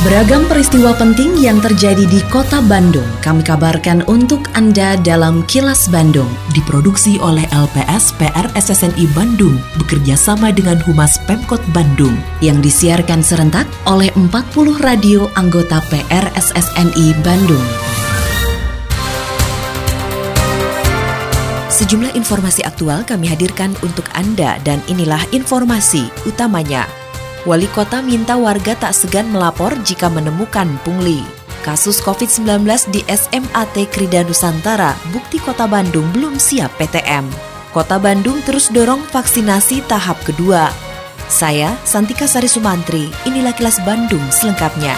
Beragam peristiwa penting yang terjadi di Kota Bandung kami kabarkan untuk Anda dalam Kilas Bandung. Diproduksi oleh LPS PR SSNI Bandung bekerja sama dengan Humas Pemkot Bandung yang disiarkan serentak oleh 40 radio anggota PR SSNI Bandung. Sejumlah informasi aktual kami hadirkan untuk Anda dan inilah informasi utamanya. Wali Kota minta warga tak segan melapor jika menemukan pungli. Kasus COVID-19 di SMAT Krida Nusantara, bukti Kota Bandung belum siap PTM. Kota Bandung terus dorong vaksinasi tahap kedua. Saya, Santika Sari Sumantri, inilah Kilas Bandung selengkapnya.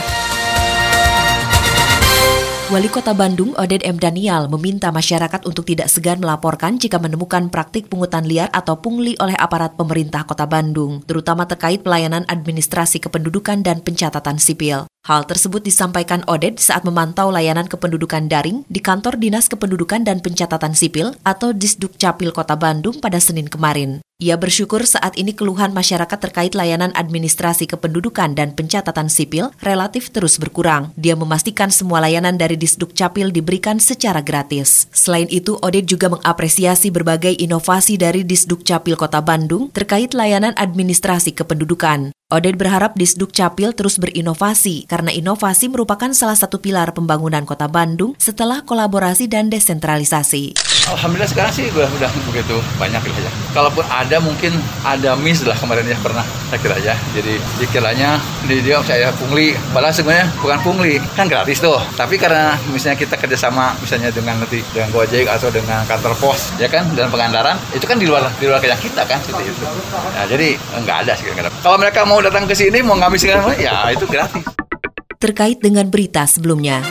Wali Kota Bandung, Oded M. Daniel, meminta masyarakat untuk tidak segan melaporkan jika menemukan praktik pungutan liar atau pungli oleh aparat pemerintah Kota Bandung, terutama terkait pelayanan administrasi kependudukan dan pencatatan sipil. Hal tersebut disampaikan Oded saat memantau layanan kependudukan daring di Kantor Dinas Kependudukan dan Pencatatan Sipil atau Disdukcapil Kota Bandung pada Senin kemarin. Ia bersyukur saat ini keluhan masyarakat terkait layanan administrasi kependudukan dan pencatatan sipil relatif terus berkurang. Dia memastikan semua layanan dari Disdukcapil diberikan secara gratis. Selain itu, Oded juga mengapresiasi berbagai inovasi dari Disdukcapil Kota Bandung terkait layanan administrasi kependudukan. Oded berharap Disdukcapil terus berinovasi karena inovasi merupakan salah satu pilar pembangunan Kota Bandung setelah kolaborasi dan desentralisasi. Alhamdulillah sekarang sih udah begitu banyak ya. Kalaupun ada mungkin ada miss lah kemarin ya pernah saya kira ya. Jadi dikiranya dia saya pungli, padahal sebenarnya bukan pungli, kan gratis tuh. Tapi karena misalnya kita kerjasama misalnya dengan Gojek atau dengan kantor pos ya kan dan Pangandaran, itu kan di luar kerjaan kita kan seperti itu. Nah, jadi nggak ada sih kira-kira. Kalau mereka mau datang ke sini mau ngambil segala ya itu gratis. Terkait dengan berita sebelumnya,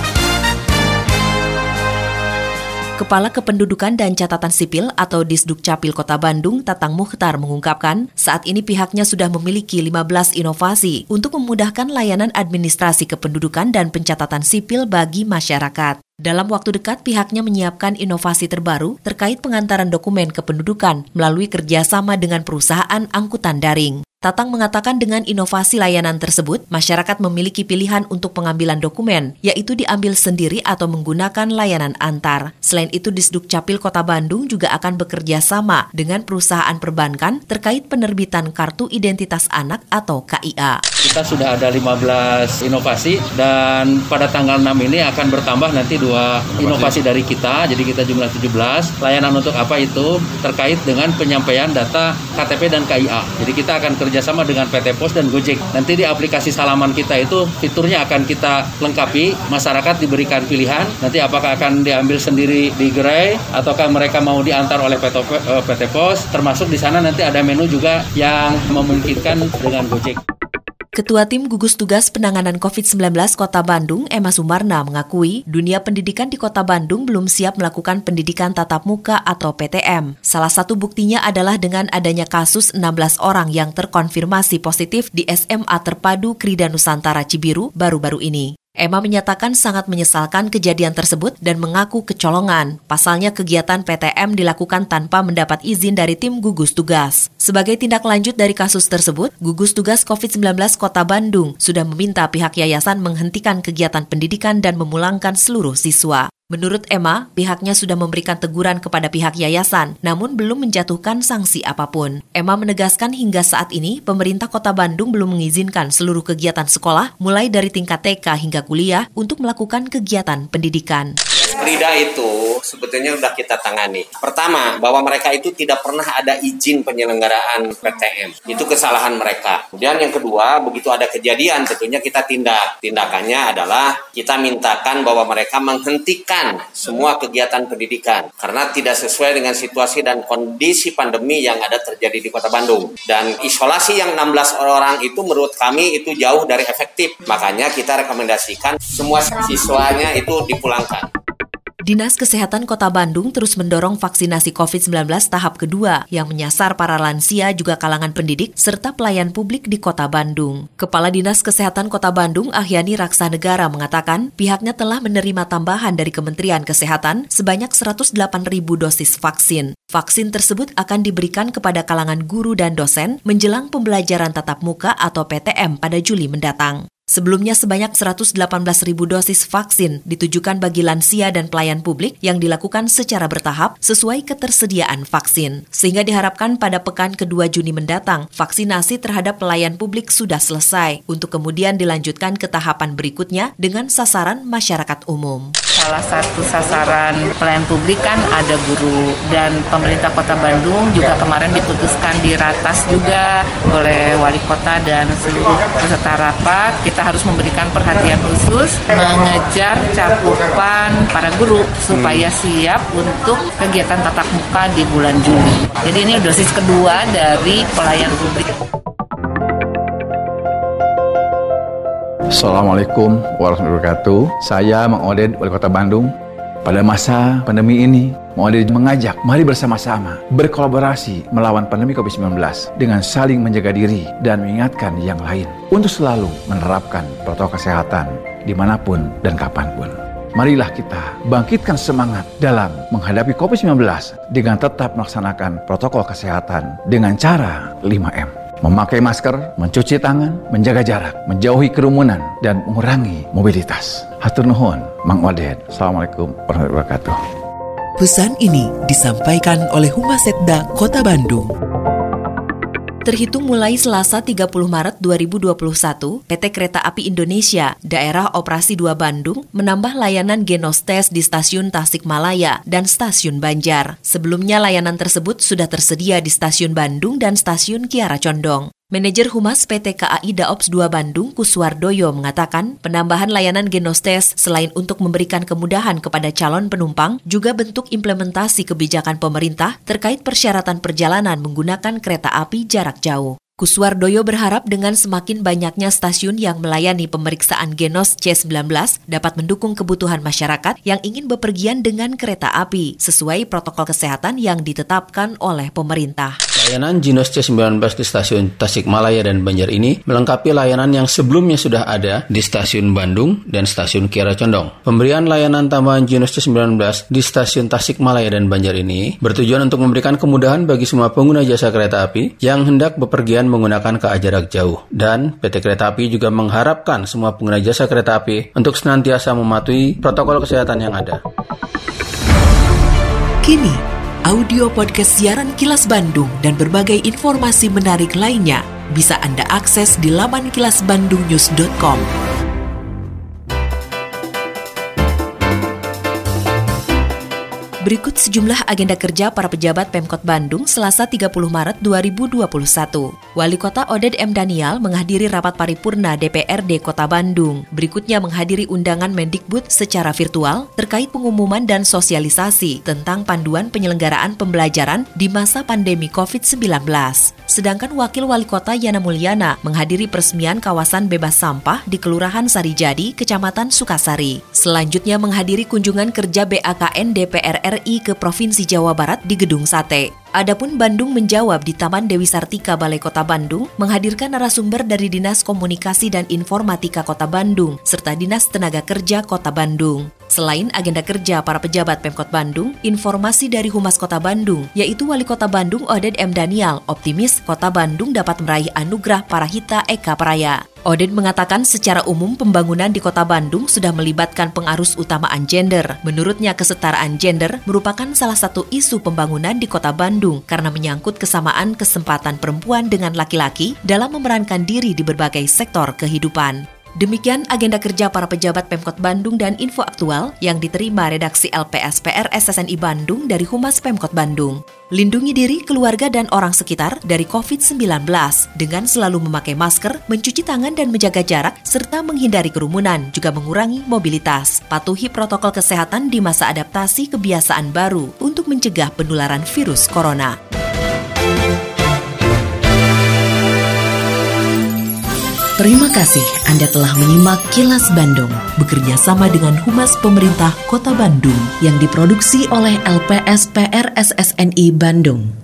Kepala Kependudukan dan Catatan Sipil atau Disdukcapil Kota Bandung, Tatang Mukhtar mengungkapkan, saat ini pihaknya sudah memiliki 15 inovasi untuk memudahkan layanan administrasi kependudukan dan pencatatan sipil bagi masyarakat. Dalam waktu dekat, pihaknya menyiapkan inovasi terbaru terkait pengantaran dokumen kependudukan melalui kerjasama dengan perusahaan angkutan daring. Tatang mengatakan dengan inovasi layanan tersebut, masyarakat memiliki pilihan untuk pengambilan dokumen, yaitu diambil sendiri atau menggunakan layanan antar. Selain itu, Disdukcapil Kota Bandung juga akan bekerja sama dengan perusahaan perbankan terkait penerbitan Kartu Identitas Anak atau KIA. Kita sudah ada 15 inovasi dan pada tanggal 6 ini akan bertambah nanti 2 inovasi dari kita, jadi kita jumlah 17. Layanan untuk apa itu? Terkait dengan penyampaian data KTP dan KIA. Jadi kita akan kerjasama dengan PT Pos dan Gojek. Nanti di aplikasi salaman kita itu fiturnya akan kita lengkapi, masyarakat diberikan pilihan, nanti apakah akan diambil sendiri di gerai ataukah mereka mau diantar oleh PT Pos, termasuk di sana nanti ada menu juga yang memungkinkan dengan Gojek. Ketua Tim Gugus Tugas Penanganan COVID-19 Kota Bandung, Emma Sumarna, mengakui dunia pendidikan di Kota Bandung belum siap melakukan pendidikan tatap muka atau PTM. Salah satu buktinya adalah dengan adanya kasus 16 orang yang terkonfirmasi positif di SMA Terpadu Krida Nusantara Cibiru baru-baru ini. Emma menyatakan sangat menyesalkan kejadian tersebut dan mengaku kecolongan. Pasalnya kegiatan PTM dilakukan tanpa mendapat izin dari tim gugus tugas. Sebagai tindak lanjut dari kasus tersebut, gugus tugas COVID-19 Kota Bandung sudah meminta pihak yayasan menghentikan kegiatan pendidikan dan memulangkan seluruh siswa. Menurut Emma, pihaknya sudah memberikan teguran kepada pihak yayasan, namun belum menjatuhkan sanksi apapun. Emma menegaskan hingga saat ini, pemerintah Kota Bandung belum mengizinkan seluruh kegiatan sekolah, mulai dari tingkat TK hingga kuliah, untuk melakukan kegiatan pendidikan. Krida itu sebetulnya sudah kita tangani. Pertama, bahwa mereka itu tidak pernah ada izin penyelenggaraan PTM. Itu kesalahan mereka. Kemudian yang kedua, begitu ada kejadian tentunya kita tindak. Tindakannya adalah kita mintakan bahwa mereka menghentikan semua kegiatan pendidikan karena tidak sesuai dengan situasi dan kondisi pandemi yang ada terjadi di Kota Bandung. Dan isolasi yang 16 orang itu menurut kami itu jauh dari efektif. Makanya kita rekomendasikan semua siswanya itu dipulangkan. Dinas Kesehatan Kota Bandung terus mendorong vaksinasi COVID-19 tahap kedua yang menyasar para lansia juga kalangan pendidik serta pelayan publik di Kota Bandung. Kepala Dinas Kesehatan Kota Bandung, Ahyani Raksanegara, mengatakan pihaknya telah menerima tambahan dari Kementerian Kesehatan sebanyak 108.000 dosis vaksin. Vaksin tersebut akan diberikan kepada kalangan guru dan dosen menjelang pembelajaran tatap muka atau PTM pada Juli mendatang. Sebelumnya sebanyak 118.000 dosis vaksin ditujukan bagi lansia dan pelayan publik yang dilakukan secara bertahap sesuai ketersediaan vaksin. Sehingga diharapkan pada pekan kedua Juni mendatang, vaksinasi terhadap pelayan publik sudah selesai untuk kemudian dilanjutkan ke tahapan berikutnya dengan sasaran masyarakat umum. Salah satu sasaran pelayan publik kan ada guru, dan pemerintah Kota Bandung juga kemarin diputuskan di ratas juga oleh wali kota dan seluruh peserta rapat. Kita harus memberikan perhatian khusus mengejar cakupan para guru supaya siap untuk kegiatan tatap muka di bulan Juli. Jadi ini dosis kedua dari pelayan publik. Assalamualaikum warahmatullahi wabarakatuh. Saya Mang Oded, Wali Kota Bandung. Pada masa pandemi ini, Mang Oded mengajak mari bersama-sama berkolaborasi melawan pandemi COVID-19 dengan saling menjaga diri dan mengingatkan yang lain untuk selalu menerapkan protokol kesehatan dimanapun dan kapanpun. Marilah kita bangkitkan semangat dalam menghadapi COVID-19 dengan tetap melaksanakan protokol kesehatan dengan cara 5M. Memakai masker, mencuci tangan, menjaga jarak, menjauhi kerumunan, dan mengurangi mobilitas. Hatur nuhun, Mang Oded. Assalamualaikum warahmatullahi wabarakatuh. Pesan ini disampaikan oleh Humas Setda Kota Bandung. Terhitung mulai Selasa 30 Maret 2021, PT Kereta Api Indonesia Daerah Operasi 2 Bandung menambah layanan Genostes di Stasiun Tasikmalaya dan Stasiun Banjar. Sebelumnya layanan tersebut sudah tersedia di Stasiun Bandung dan Stasiun Kiara Condong. Manajer Humas PT KAI Daops 2 Bandung, Kuswardoyo, mengatakan penambahan layanan Genostes selain untuk memberikan kemudahan kepada calon penumpang, juga bentuk implementasi kebijakan pemerintah terkait persyaratan perjalanan menggunakan kereta api jarak jauh. Kuswardoyo berharap dengan semakin banyaknya stasiun yang melayani pemeriksaan Genos C19 dapat mendukung kebutuhan masyarakat yang ingin bepergian dengan kereta api sesuai protokol kesehatan yang ditetapkan oleh pemerintah. Layanan Genos C19 di Stasiun Tasikmalaya dan Banjar ini melengkapi layanan yang sebelumnya sudah ada di Stasiun Bandung dan Stasiun Kiara Condong. Pemberian layanan tambahan Genos C19 di Stasiun Tasikmalaya dan Banjar ini bertujuan untuk memberikan kemudahan bagi semua pengguna jasa kereta api yang hendak bepergian menggunakan KA jarak jauh. Dan PT Kereta Api juga mengharapkan semua pengguna jasa kereta api untuk senantiasa mematuhi protokol kesehatan yang ada. Kini, audio podcast siaran Kilas Bandung dan berbagai informasi menarik lainnya bisa Anda akses di laman kilasbandungnews.com. Berikut sejumlah agenda kerja para pejabat Pemkot Bandung Selasa 30 Maret 2021. Wali Kota Oded M. Daniel menghadiri rapat paripurna DPRD Kota Bandung. Berikutnya menghadiri undangan Mendikbud secara virtual terkait pengumuman dan sosialisasi tentang panduan penyelenggaraan pembelajaran di masa pandemi COVID-19. Sedangkan Wakil Wali Kota Yana Mulyana menghadiri peresmian kawasan bebas sampah di Kelurahan Sarijadi, Kecamatan Sukasari. Selanjutnya menghadiri kunjungan kerja BAKN DPR RI ke Provinsi Jawa Barat di Gedung Sate. Adapun Bandung menjawab di Taman Dewi Sartika Balai Kota Bandung menghadirkan narasumber dari Dinas Komunikasi dan Informatika Kota Bandung serta Dinas Tenaga Kerja Kota Bandung. Selain agenda kerja para pejabat Pemkot Bandung, informasi dari Humas Kota Bandung, yaitu Wali Kota Bandung Oded M. Daniel, optimis Kota Bandung dapat meraih anugerah Parahita Eka Praya. Oded mengatakan secara umum pembangunan di Kota Bandung sudah melibatkan pengarus utamaan gender. Menurutnya kesetaraan gender merupakan salah satu isu pembangunan di Kota Bandung karena menyangkut kesamaan kesempatan perempuan dengan laki-laki dalam memerankan diri di berbagai sektor kehidupan. Demikian agenda kerja para pejabat Pemkot Bandung dan info aktual yang diterima redaksi LPSPR SSNI Bandung dari Humas Pemkot Bandung. Lindungi diri, keluarga, dan orang sekitar dari COVID-19 dengan selalu memakai masker, mencuci tangan dan menjaga jarak, serta menghindari kerumunan, juga mengurangi mobilitas. Patuhi protokol kesehatan di masa adaptasi kebiasaan baru untuk mencegah penularan virus corona. Terima kasih Anda telah menyimak Kilas Bandung bekerja sama dengan Humas Pemerintah Kota Bandung yang diproduksi oleh LPSPR SSNI Bandung.